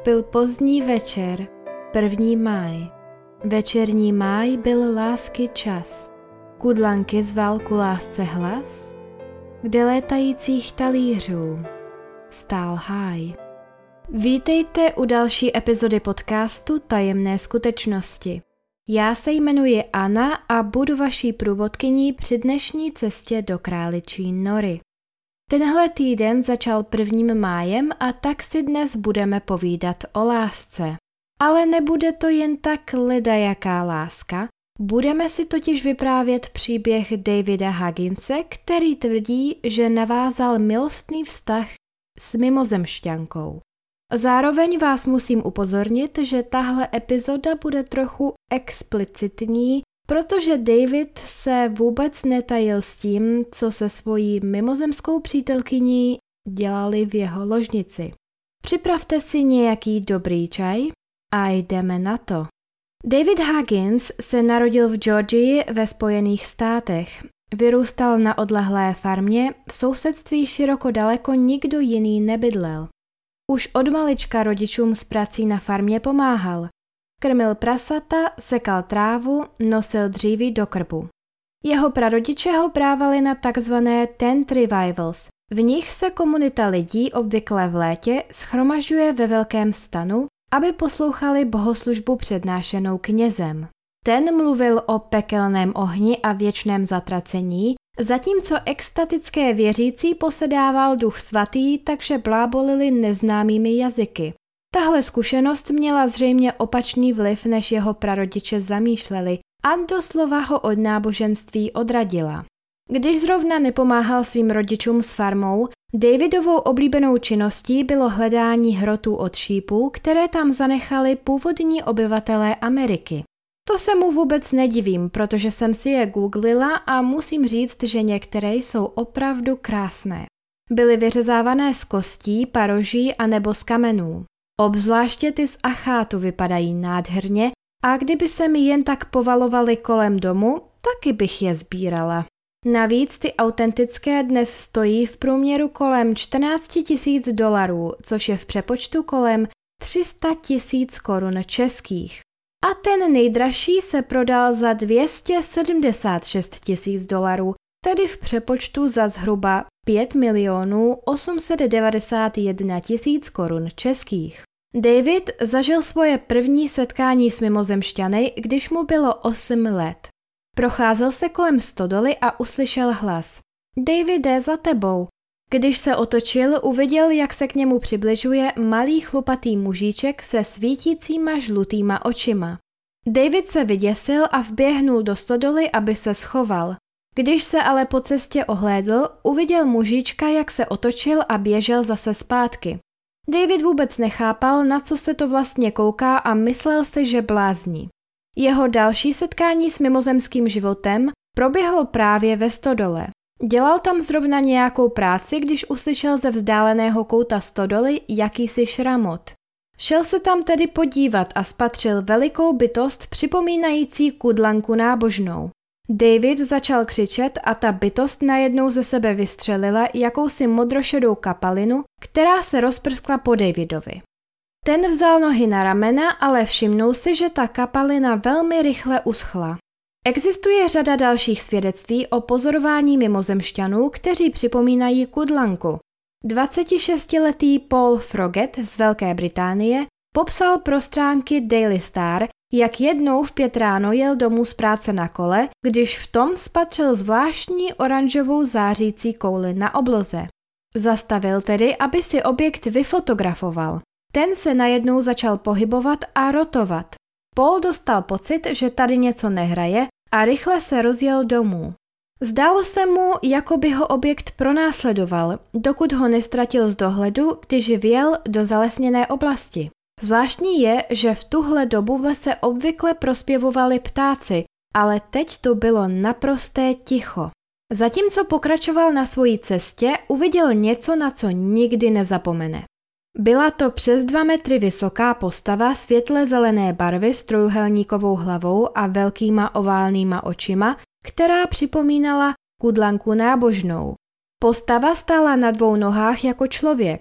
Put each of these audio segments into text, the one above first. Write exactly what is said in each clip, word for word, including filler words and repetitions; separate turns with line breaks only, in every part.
Nastoupil pozdní večer, první máj. Večerní máj byl lásky čas. Kudlanky zval ku lásce hlas, kde létajících talířů stál háj. Vítejte u další epizody podcastu Tajemné skutečnosti. Já se jmenuji Anna a budu vaší průvodkyní při dnešní cestě do Králičí nory. Tenhle týden začal prvním májem a tak si dnes budeme povídat o lásce. Ale nebude to jen tak ledajaká láska, budeme si totiž vyprávět příběh Davida Hugginse, který tvrdí, že navázal milostný vztah s mimozemšťankou. Zároveň vás musím upozornit, že tahle epizoda bude trochu explicitní, protože David se vůbec netajil s tím, co se svojí mimozemskou přítelkyní dělali v jeho ložnici. Připravte si nějaký dobrý čaj a jdeme na to. David Huggins se narodil v Georgii ve Spojených státech. Vyrůstal na odlehlé farmě, v sousedství široko daleko nikdo jiný nebydlel. Už od malička rodičům s prací na farmě pomáhal. Krmil prasata, sekal trávu, nosil dříví do krbu. Jeho prarodiče ho brávali na takzvané tent revivals. V nich se komunita lidí obvykle v létě shromažďuje ve velkém stanu, aby poslouchali bohoslužbu přednášenou knězem. Ten mluvil o pekelném ohni a věčném zatracení, zatímco extatické věřící posedával Duch svatý, takže blábolili neznámými jazyky. Tahle zkušenost měla zřejmě opačný vliv, než jeho prarodiče zamýšleli, a doslova ho od náboženství odradila. Když zrovna nepomáhal svým rodičům s farmou, Davidovou oblíbenou činností bylo hledání hrotů od šípů, které tam zanechali původní obyvatelé Ameriky. To se mu vůbec nedivím, protože jsem si je googlila a musím říct, že některé jsou opravdu krásné. Byly vyřezávané z kostí, paroží a nebo z kamenů. Obzvláště ty z achátu vypadají nádherně a kdyby se mi jen tak povalovaly kolem domu, taky bych je sbírala. Navíc ty autentické dnes stojí v průměru kolem čtrnáct tisíc dolarů, což je v přepočtu kolem tři sta tisíc korun českých. A ten nejdražší se prodal za dvě stě sedmdesát šest tisíc dolarů, tedy v přepočtu za zhruba pět milionů osm set devadesát jedna tisíc korun českých. David zažil svoje první setkání s mimozemšťany, když mu bylo osm let. Procházel se kolem stodoly a uslyšel hlas. Davide, za tebou. Když se otočil, uviděl, jak se k němu přibližuje malý chlupatý mužíček se svítícíma žlutýma očima. David se vyděsil a vběhnul do stodoly, aby se schoval. Když se ale po cestě ohlédl, uviděl mužíčka, jak se otočil a běžel zase zpátky. David vůbec nechápal, na co se to vlastně kouká a myslel si, že blázní. Jeho další setkání s mimozemským životem proběhlo právě ve stodole. Dělal tam zrovna nějakou práci, když uslyšel ze vzdáleného kouta stodoly jakýsi šramot. Šel se tam tedy podívat a spatřil velikou bytost připomínající kudlanku nábožnou. David začal křičet a ta bytost najednou ze sebe vystřelila jakousi modrošedou kapalinu, která se rozprskla po Davidovi. Ten vzal nohy na ramena, ale všimnul si, že ta kapalina velmi rychle uschla. Existuje řada dalších svědectví o pozorování mimozemšťanů, kteří připomínají kudlanku. dvacetišestiletý Paul Froget z Velké Británie popsal pro stránky Daily Star, jak jednou v pět ráno jel domů z práce na kole, když v tom spatřil zvláštní oranžovou zářící kouli na obloze. Zastavil tedy, aby si objekt vyfotografoval. Ten se najednou začal pohybovat a rotovat. Paul dostal pocit, že tady něco nehraje a rychle se rozjel domů. Zdálo se mu, jako by ho objekt pronásledoval, dokud ho nestratil z dohledu, když vjel do zalesněné oblasti. Zvláštní je, že v tuhle dobu v lese obvykle prospěvovali ptáci, ale teď to bylo naprosté ticho. Zatímco pokračoval na svojí cestě, uviděl něco, na co nikdy nezapomene. Byla to přes dva metry vysoká postava světle zelené barvy s trojúhelníkovou hlavou a velkýma oválnýma očima, která připomínala kudlanku nábožnou. Postava stála na dvou nohách jako člověk.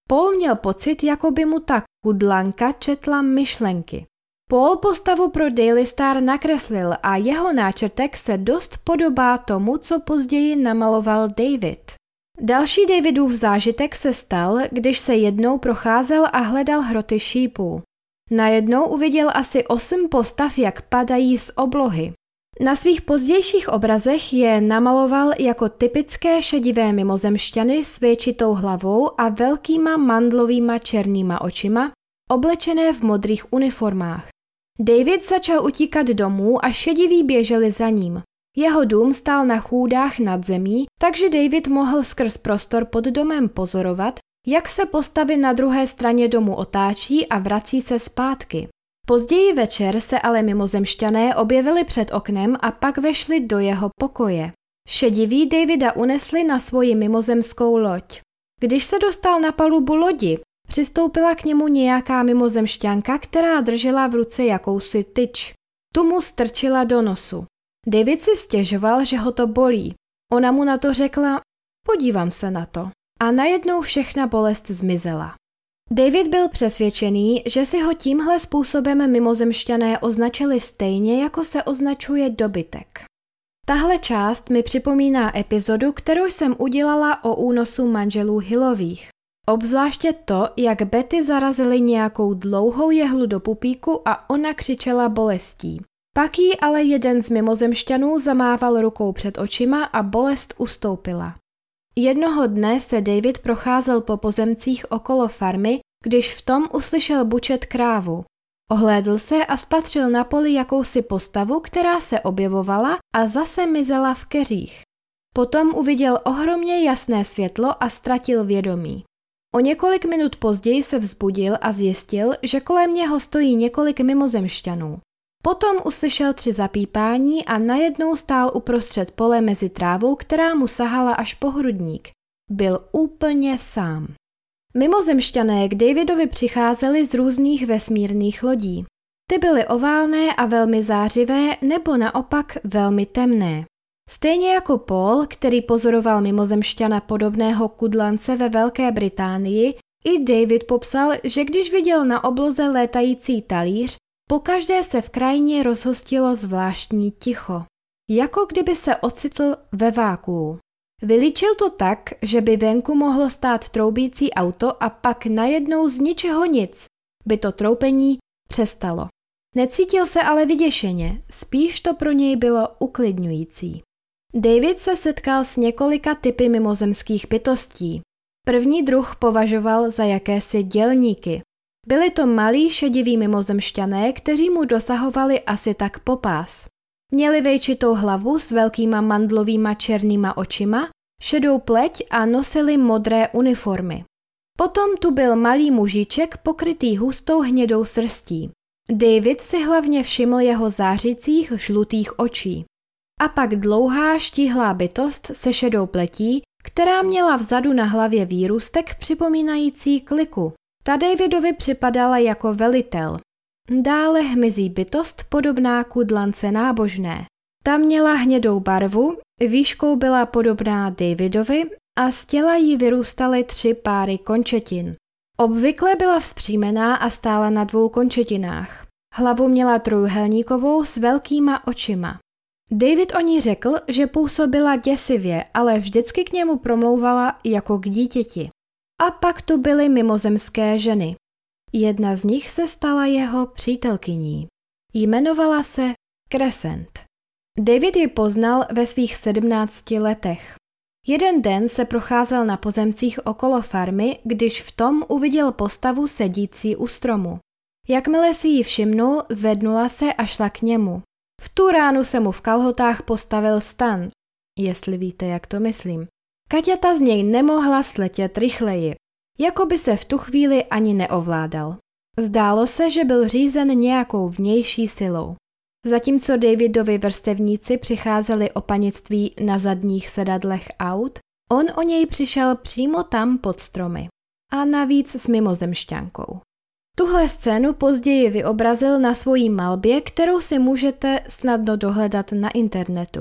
Paul měl pocit, jako by mu ta kudlanka četla myšlenky. Paul postavu pro Daily Star nakreslil a jeho náčrtek se dost podobá tomu, co později namaloval David. Další Davidův zážitek se stal, když se jednou procházel a hledal hroty šípů. Najednou uviděl asi osm postav, jak padají z oblohy. Na svých pozdějších obrazech je namaloval jako typické šedivé mimozemšťany s většitou hlavou a velkýma mandlovýma černýma očima, oblečené v modrých uniformách. David začal utíkat domů a šediví běželi za ním. Jeho dům stál na chůdách nad zemí, takže David mohl skrz prostor pod domem pozorovat, jak se postavy na druhé straně domu otáčí a vrací se zpátky. Později večer se ale mimozemšťané objevili před oknem a pak vešli do jeho pokoje. Šediví Davida unesli na svoji mimozemskou loď. Když se dostal na palubu lodi, přistoupila k němu nějaká mimozemšťanka, která držela v ruce jakousi tyč. Tu mu strčila do nosu. David si stěžoval, že ho to bolí. Ona mu na to řekla, podívám se na to. A najednou všechna bolest zmizela. David byl přesvědčený, že si ho tímhle způsobem mimozemšťané označili stejně, jako se označuje dobytek. Tahle část mi připomíná epizodu, kterou jsem udělala o únosu manželů Hillových. Obzvláště to, jak Betty zarazili nějakou dlouhou jehlu do pupíku a ona křičela bolestí. Pak jí ale jeden z mimozemšťanů zamával rukou před očima a bolest ustoupila. Jednoho dne se David procházel po pozemcích okolo farmy, když v tom uslyšel bučet krávu. Ohlédl se a spatřil na poli jakousi postavu, která se objevovala a zase mizela v keřích. Potom uviděl ohromně jasné světlo a ztratil vědomí. O několik minut později se vzbudil a zjistil, že kolem něho stojí několik mimozemšťanů. Potom uslyšel tři zapípání a najednou stál uprostřed pole mezi trávou, která mu sahala až po hrudník. Byl úplně sám. Mimozemšťané k Davidovi přicházeli z různých vesmírných lodí. Ty byly oválné a velmi zářivé nebo naopak velmi temné. Stejně jako Paul, který pozoroval mimozemšťana podobného kudlance ve Velké Británii, i David popsal, že když viděl na obloze létající talíř, pokaždé se v krajině rozhostilo zvláštní ticho, jako kdyby se ocitl ve vákuu. Vylíčil to tak, že by venku mohlo stát troubící auto a pak najednou z ničeho nic by to troupení přestalo. Necítil se ale vyděšeně, spíš to pro něj bylo uklidňující. David se setkal s několika typy mimozemských bytostí. První druh považoval za jakési dělníky. Byli to malí šediví mimozemšťané, kteří mu dosahovali asi tak po pás. Měli vejčitou hlavu s velkýma mandlovýma černýma očima, šedou pleť a nosili modré uniformy. Potom tu byl malý mužíček pokrytý hustou hnědou srstí. David si hlavně všiml jeho zářících žlutých očí. A pak dlouhá štíhlá bytost se šedou pletí, která měla vzadu na hlavě výrůstek připomínající kliku. Ta Davidovi připadala jako velitel. Dále hmyzí bytost podobná kudlance nábožné. Ta měla hnědou barvu, výškou byla podobná Davidovi a z těla jí vyrůstaly tři páry končetin. Obvykle byla vzpřímená a stála na dvou končetinách. Hlavu měla trojúhelníkovou s velkýma očima. David o ní řekl, že působila děsivě, ale vždycky k němu promlouvala jako k dítěti. A pak tu byly mimozemské ženy. Jedna z nich se stala jeho přítelkyní. Jmenovala se Crescent. David ji poznal ve svých sedmnácti letech. Jeden den se procházel na pozemcích okolo farmy, když v tom uviděl postavu sedící u stromu. Jakmile si ji všimnul, zvednula se a šla k němu. V tu ránu se mu v kalhotách postavil stan, jestli víte, jak to myslím. Kaťata z něj nemohla sletět rychleji, jako by se v tu chvíli ani neovládal. Zdálo se, že byl řízen nějakou vnější silou. Zatímco Davidovi vrstevníci přicházeli o panictví na zadních sedadlech aut, on o něj přišel přímo tam pod stromy. A navíc s mimozemšťankou. Tuhle scénu později vyobrazil na svojí malbě, kterou si můžete snadno dohledat na internetu.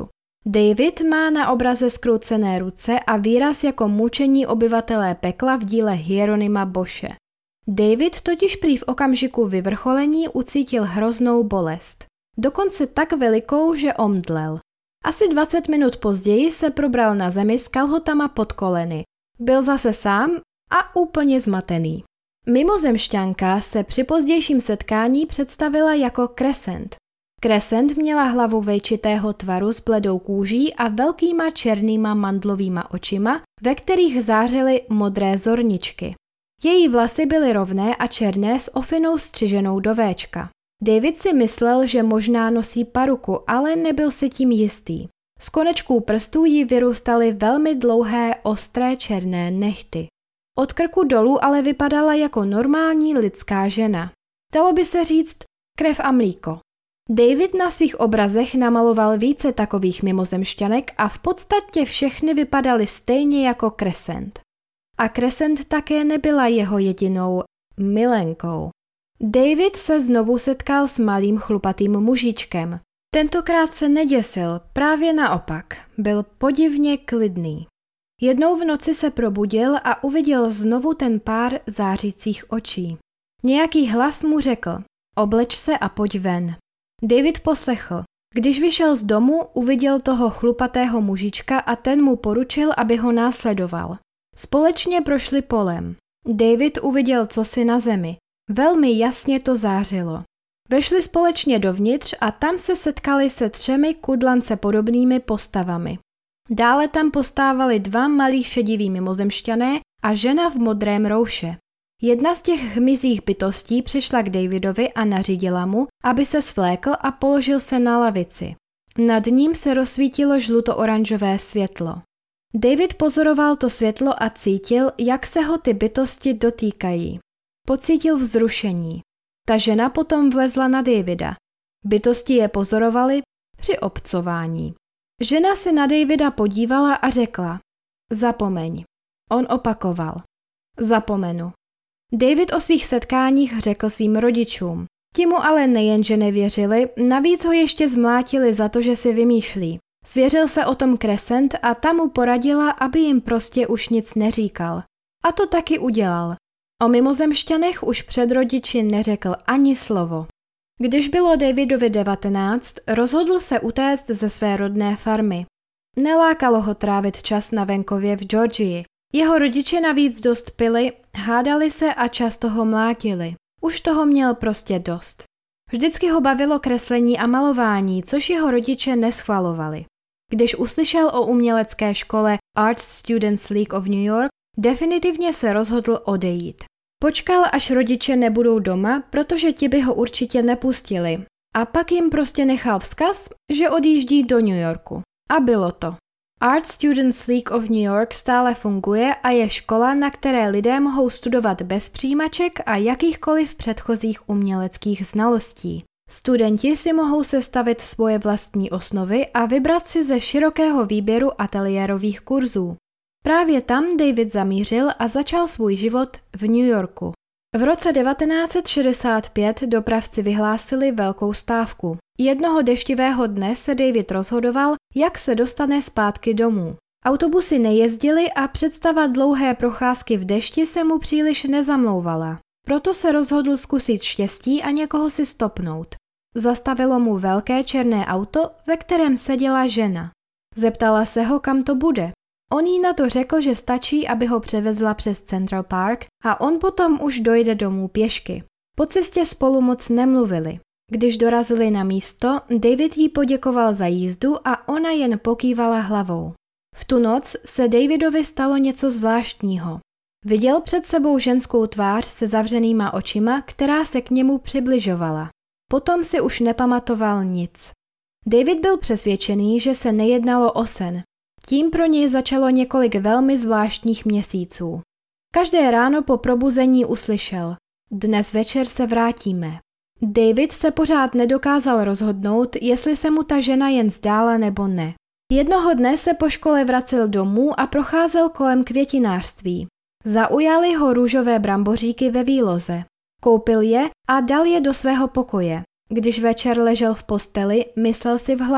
David má na obraze zkroucené ruce a výraz jako mučení obyvatelé pekla v díle Hieronyma Bosche. David totiž prý v okamžiku vyvrcholení ucítil hroznou bolest. Dokonce tak velikou, že omdlel. Asi dvacet minut později se probral na zemi s kalhotama pod koleny. Byl zase sám a úplně zmatený. Mimozemšťanka se při pozdějším setkání představila jako Crescent. Crescent měla hlavu vejčitého tvaru s bledou kůží a velkýma černýma mandlovýma očima, ve kterých zářily modré zorničky. Její vlasy byly rovné a černé s ofinou střiženou do véčka. David si myslel, že možná nosí paruku, ale nebyl si tím jistý. Z konečků prstů jí vyrůstaly velmi dlouhé, ostré černé nehty. Od krku dolů ale vypadala jako normální lidská žena. Dalo by se říct krev a mlíko. David na svých obrazech namaloval více takových mimozemšťanek a v podstatě všechny vypadaly stejně jako Crescent. A Crescent také nebyla jeho jedinou milenkou. David se znovu setkal s malým chlupatým mužičkem. Tentokrát se neděsil, právě naopak, byl podivně klidný. Jednou v noci se probudil a uviděl znovu ten pár zářících očí. Nějaký hlas mu řekl, obleč se a pojď ven. David poslechl. Když vyšel z domu, uviděl toho chlupatého mužička a ten mu poručil, aby ho následoval. Společně prošli polem. David uviděl cosi na zemi. Velmi jasně to zářilo. Vešli společně dovnitř a tam se setkali se třemi kudlance podobnými postavami. Dále tam postávali dva malí šediví mimozemšťané a žena v modrém rouše. Jedna z těch hmyzích bytostí přišla k Davidovi a nařídila mu, aby se svlékl a položil se na lavici. Nad ním se rozsvítilo žluto-oranžové světlo. David pozoroval to světlo a cítil, jak se ho ty bytosti dotýkají. Pocítil vzrušení. Ta žena potom vlezla na Davida. Bytosti je pozorovali při obcování. Žena se na Davida podívala a řekla, zapomeň. On opakoval, zapomenu. David o svých setkáních řekl svým rodičům. Ti mu ale nejenže nevěřili, navíc ho ještě zmlátili za to, že si vymýšlí. Svěřil se o tom Crescent a ta mu poradila, aby jim prostě už nic neříkal. A to taky udělal. O mimozemšťanech už před rodiči neřekl ani slovo. Když bylo Davidovi devatenáct, rozhodl se utéct ze své rodné farmy. Nelákalo ho trávit čas na venkově v Georgii. Jeho rodiče navíc dost pili, hádali se a často ho mlátili. Už toho měl prostě dost. Vždycky ho bavilo kreslení a malování, což jeho rodiče neschvalovali. Když uslyšel o umělecké škole Arts Students League of New York, definitivně se rozhodl odejít. Počkal, až rodiče nebudou doma, protože ti by ho určitě nepustili. A pak jim prostě nechal vzkaz, že odjíždí do New Yorku. A bylo to. Art Students League of New York stále funguje a je škola, na které lidé mohou studovat bez přijímaček a jakýchkoliv předchozích uměleckých znalostí. Studenti si mohou sestavit svoje vlastní osnovy a vybrat si ze širokého výběru ateliérových kurzů. Právě tam David zamířil a začal svůj život v New Yorku. V roce devatenáct set šedesát pět dopravci vyhlásili velkou stávku. Jednoho deštivého dne se David rozhodoval, jak se dostane zpátky domů. Autobusy nejezdily a představa dlouhé procházky v dešti se mu příliš nezamlouvala. Proto se rozhodl zkusit štěstí a někoho si stopnout. Zastavilo mu velké černé auto, ve kterém seděla žena. Zeptala se ho, kam to bude. On jí na to řekl, že stačí, aby ho převezla přes Central Park a on potom už dojde domů pěšky. Po cestě spolu moc nemluvili. Když dorazili na místo, David jí poděkoval za jízdu a ona jen pokývala hlavou. V tu noc se Davidovi stalo něco zvláštního. Viděl před sebou ženskou tvář se zavřenýma očima, která se k němu přibližovala. Potom si už nepamatoval nic. David byl přesvědčený, že se nejednalo o sen. Tím pro něj začalo několik velmi zvláštních měsíců. Každé ráno po probuzení uslyšel: dnes večer se vrátíme. David se pořád nedokázal rozhodnout, jestli se mu ta žena jen zdála nebo ne. Jednoho dne se po škole vracel domů a procházel kolem květinářství. Zaujaly ho růžové bramboříky ve výloze. Koupil je a dal je do svého pokoje. Když večer ležel v posteli, myslel si v hlavě: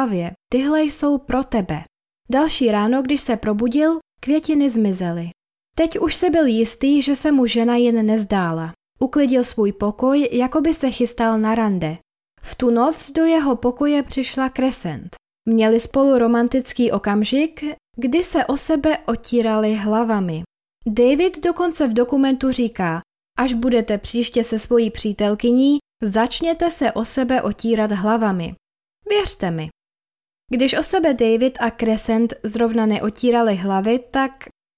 tyhle jsou pro tebe. Další ráno, když se probudil, květiny zmizely. Teď už se byl jistý, že se mu žena jen nezdála. Uklidil svůj pokoj, jako by se chystal na rande. V tu noc do jeho pokoje přišla Crescent. Měli spolu romantický okamžik, kdy se o sebe otírali hlavami. David dokonce v dokumentu říká, až budete příště se svojí přítelkyní, začněte se o sebe otírat hlavami. Věřte mi. Když o sebe David a Crescent zrovna neotírali hlavy, tak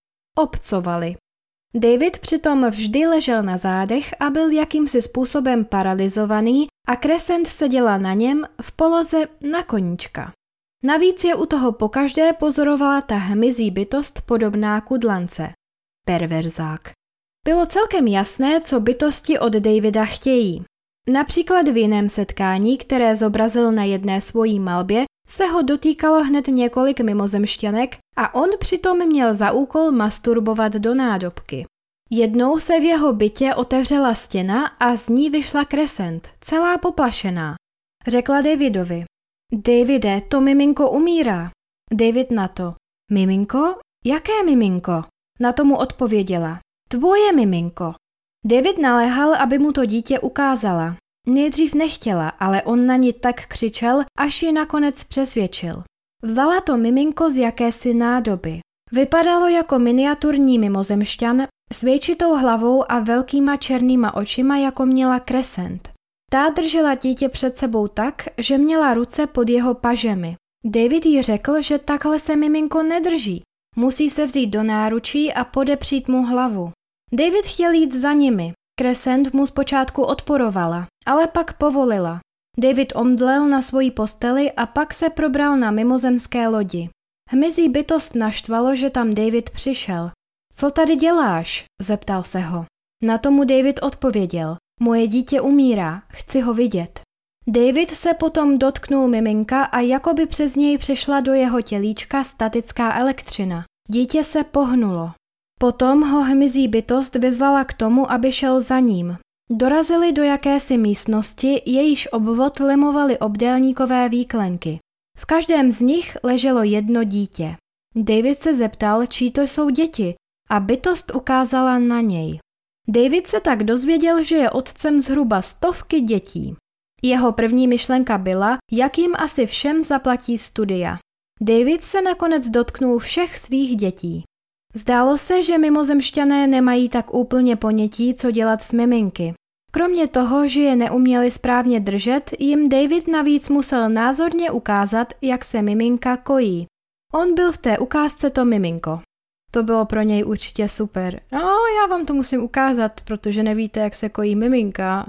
obcovali. David přitom vždy ležel na zádech a byl jakýmsi způsobem paralyzovaný a Crescent seděla na něm v poloze na koníčka. Navíc je u toho pokaždé pozorovala ta hmyzí bytost podobná kudlance. Perverzák. Bylo celkem jasné, co bytosti od Davida chtějí. Například v jiném setkání, které zobrazil na jedné svojí malbě, se ho dotýkalo hned několik mimozemšťanek a on přitom měl za úkol masturbovat do nádobky. Jednou se v jeho bytě otevřela stěna a z ní vyšla Crescent, celá poplašená. Řekla Davidovi: Davide, to miminko umírá. David na to: Miminko? Jaké miminko? Na to mu odpověděla: Tvoje miminko. David naléhal, aby mu to dítě ukázala. Nejdřív nechtěla, ale on na ní tak křičel, až ji nakonec přesvědčil. Vzala to miminko z jakési nádoby. Vypadalo jako miniaturní mimozemšťan s většitou hlavou a velkýma černýma očima, jako měla Crescent. Ta držela dítě před sebou tak, že měla ruce pod jeho pažemi. David jí řekl, že takhle se miminko nedrží. Musí se vzít do náručí a podepřít mu hlavu. David chtěl jít za nimi. Crescent mu zpočátku odporovala, ale pak povolila. David omdlel na svoji posteli a pak se probral na mimozemské lodi. Hmyzí bytost naštvalo, že tam David přišel. Co tady děláš? Zeptal se ho. Na tomu David odpověděl: Moje dítě umírá, chci ho vidět. David se potom dotknul miminka a jakoby přes něj přešla do jeho tělíčka statická elektřina. Dítě se pohnulo. Potom ho hmyzí bytost vyzvala k tomu, aby šel za ním. Dorazili do jakési místnosti, jejíž obvod lemovaly obdélníkové výklenky. V každém z nich leželo jedno dítě. David se zeptal, čí to jsou děti, a bytost ukázala na něj. David se tak dozvěděl, že je otcem zhruba stovky dětí. Jeho první myšlenka byla, jak jim asi všem zaplatí studia. David se nakonec dotknul všech svých dětí. Zdálo se, že mimozemšťané nemají tak úplně ponětí, co dělat s miminky. Kromě toho, že je neuměli správně držet, jim David navíc musel názorně ukázat, jak se miminka kojí. On byl v té ukázce to miminko. To bylo pro něj určitě super. No, já vám to musím ukázat, protože nevíte, jak se kojí miminka.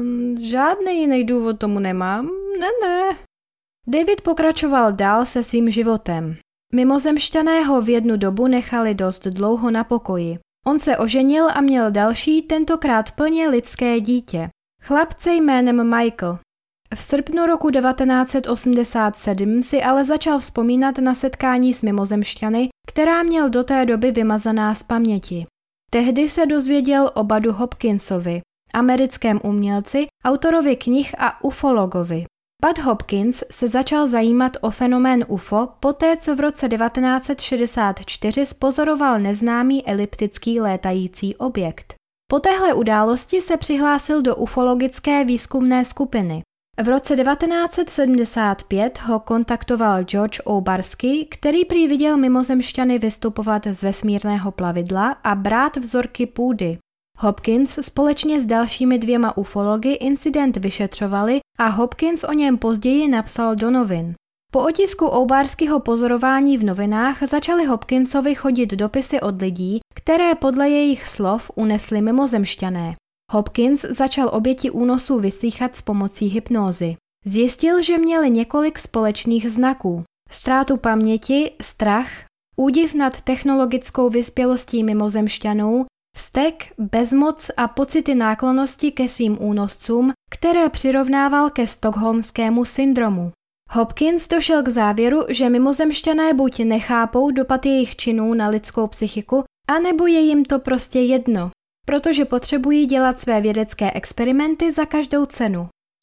Žádný jiný důvod tomu nemám. Ne, ne. David pokračoval dál se svým životem. Mimozemšťané ho v jednu dobu nechali dost dlouho na pokoji. On se oženil a měl další, tentokrát plně lidské dítě. Chlapce jménem Michael. V srpnu roku devatenáct set osmdesát sedm si ale začal vzpomínat na setkání s mimozemšťany, která měl do té doby vymazaná z paměti. Tehdy se dozvěděl o Buddu Hopkinsovi, americkém umělci, autorovi knih a ufologovi. Bud Hopkins se začal zajímat o fenomén U F O poté, co v roce devatenáct set šedesát čtyři spozoroval neznámý eliptický létající objekt. Po téhle události se přihlásil do ufologické výzkumné skupiny. V roce devatenáct set sedmdesát pět ho kontaktoval George Obarski, který prý viděl mimozemšťany vystupovat z vesmírného plavidla a brát vzorky půdy. Hopkins společně s dalšími dvěma ufology incident vyšetřovali a Hopkins o něm později napsal do novin. Po otisku Obarskyho pozorování v novinách začaly Hopkinsovi chodit dopisy od lidí, které podle jejich slov unesli mimozemšťané. Hopkins začal oběti únosů vyslýchat s pomocí hypnózy. Zjistil, že měli několik společných znaků. Ztrátu paměti, strach, údiv nad technologickou vyspělostí mimozemšťanů, vztek, bezmoc a pocity náklonnosti ke svým únoscům, které přirovnával ke stockholmskému syndromu. Hopkins došel k závěru, že mimozemšťané buď nechápou dopad jejich činů na lidskou psychiku, anebo je jim to prostě jedno, protože potřebují dělat své vědecké experimenty za každou cenu.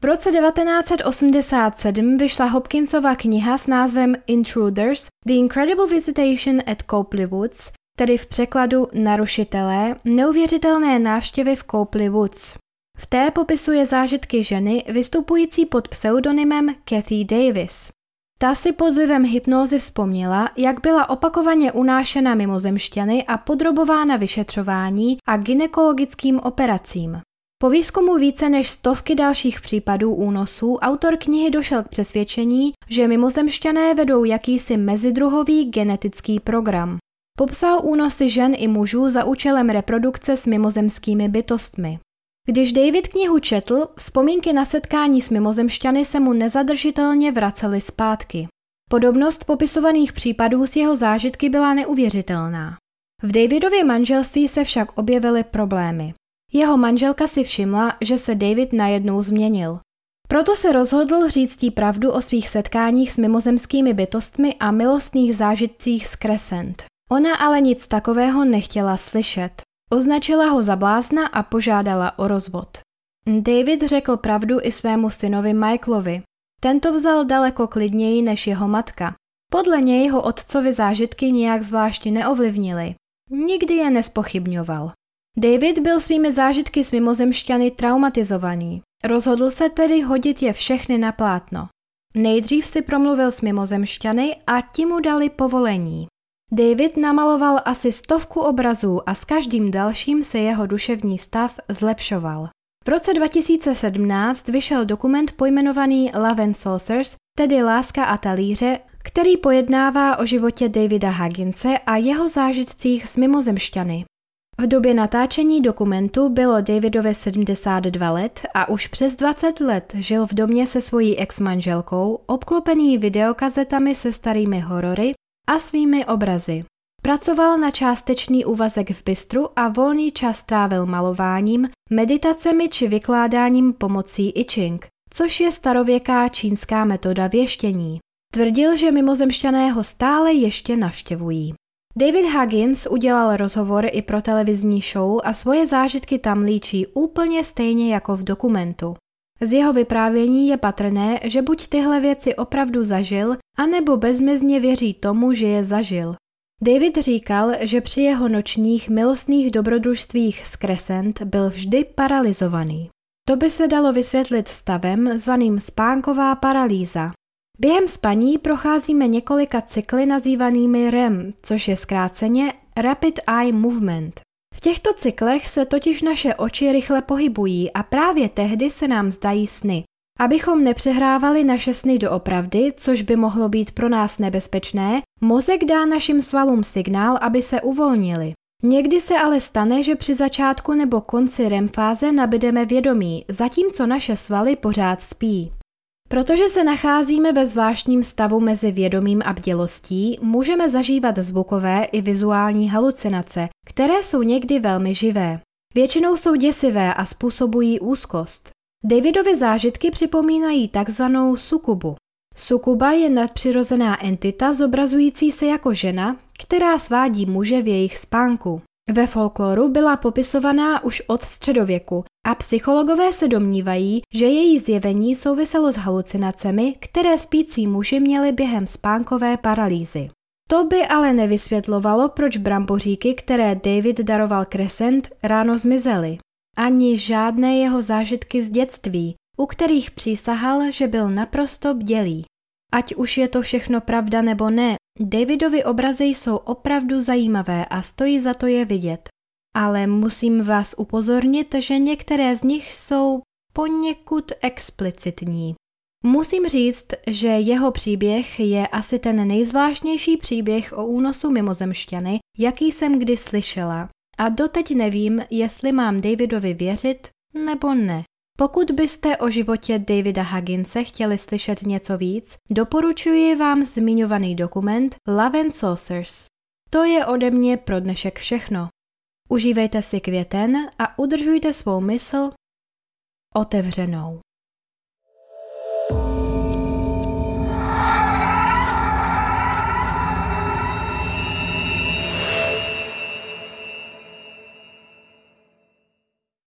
V roce devatenáct set osmdesát sedm vyšla Hopkinsova kniha s názvem Intruders – The Incredible Visitation at Copley Woods, tedy v překladu Narušitelé, neuvěřitelné návštěvy v Copley Woods. V té popisuje zážitky ženy vystupující pod pseudonymem Kathy Davis. Ta si pod vlivem hypnózy vzpomněla, jak byla opakovaně unášena mimozemšťany a podrobována vyšetřování a gynekologickým operacím. Po výzkumu více než stovky dalších případů únosů autor knihy došel k přesvědčení, že mimozemšťané vedou jakýsi mezidruhový genetický program. Popsal únosy žen i mužů za účelem reprodukce s mimozemskými bytostmi. Když David knihu četl, vzpomínky na setkání s mimozemšťany se mu nezadržitelně vracely zpátky. Podobnost popisovaných případů s jeho zážitky byla neuvěřitelná. V Davidově manželství se však objevily problémy. Jeho manželka si všimla, že se David najednou změnil. Proto se rozhodl říct jí pravdu o svých setkáních s mimozemskými bytostmi a milostných zážitcích z Crescent. Ona ale nic takového nechtěla slyšet. Označila ho za blázna a požádala o rozvod. David řekl pravdu i svému synovi Michaelovi. Tento vzal daleko klidněji než jeho matka. Podle něj ho otcovi zážitky nijak zvláště neovlivnily. Nikdy je nespochybňoval. David byl svými zážitky s mimozemšťany traumatizovaný. Rozhodl se tedy hodit je všechny na plátno. Nejdřív si promluvil s mimozemšťany a ti mu dali povolení. David namaloval asi stovku obrazů a s každým dalším se jeho duševní stav zlepšoval. V roce dva tisíce sedmnáct vyšel dokument pojmenovaný Love and Saucers, tedy Láska a talíře, který pojednává o životě Davida Hugginse a jeho zážitcích s mimozemšťany. V době natáčení dokumentu bylo Davidovi sedmdesát dva let a už přes dvacet let žil v domě se svojí ex-manželkou, obklopený videokazetami se starými horory a svými obrazy. Pracoval na částečný úvazek v bistru a volný čas trávil malováním, meditacemi či vykládáním pomocí I Ching, což je starověká čínská metoda věštění. Tvrdil, že mimozemšťané ho stále ještě navštěvují. David Huggins udělal rozhovor i pro televizní show a svoje zážitky tam líčí úplně stejně jako v dokumentu. Z jeho vyprávění je patrné, že buď tyhle věci opravdu zažil, anebo bezmezně věří tomu, že je zažil. David říkal, že při jeho nočních milostných dobrodružstvích z Crescent byl vždy paralyzovaný. To by se dalo vysvětlit stavem zvaným spánková paralýza. Během spaní procházíme několika cykly nazývanými R E M, což je zkráceně Rapid Eye Movement. V těchto cyklech se totiž naše oči rychle pohybují a právě tehdy se nám zdají sny. Abychom nepřehrávali naše sny doopravdy, což by mohlo být pro nás nebezpečné, mozek dá našim svalům signál, aby se uvolnili. Někdy se ale stane, že při začátku nebo konci R E M fáze nabydeme vědomí, zatímco naše svaly pořád spí. Protože se nacházíme ve zvláštním stavu mezi vědomím a bdělostí, můžeme zažívat zvukové i vizuální halucinace, které jsou někdy velmi živé. Většinou jsou děsivé a způsobují úzkost. Davidovy zážitky připomínají takzvanou sukubu. Sukuba je nadpřirozená entita zobrazující se jako žena, která svádí muže v jejich spánku. Ve folkloru byla popisovaná už od středověku a psychologové se domnívají, že její zjevení souviselo s halucinacemi, které spící muži měli během spánkové paralýzy. To by ale nevysvětlovalo, proč bramboříky, které David daroval Crescent, ráno zmizely. Ani žádné jeho zážitky z dětství, u kterých přísahal, že byl naprosto bdělý. Ať už je to všechno pravda nebo ne, Davidovy obrazy jsou opravdu zajímavé a stojí za to je vidět. Ale musím vás upozornit, že některé z nich jsou poněkud explicitní. Musím říct, že jeho příběh je asi ten nejzvláštnější příběh o únosu mimozemšťany, jaký jsem kdy slyšela. A doteď nevím, jestli mám Davidovi věřit nebo ne. Pokud byste o životě Davida Hugginse chtěli slyšet něco víc, doporučuji vám zmiňovaný dokument Love and Saucers. To je ode mě pro dnešek všechno. Užívejte si květen a udržujte svou mysl otevřenou.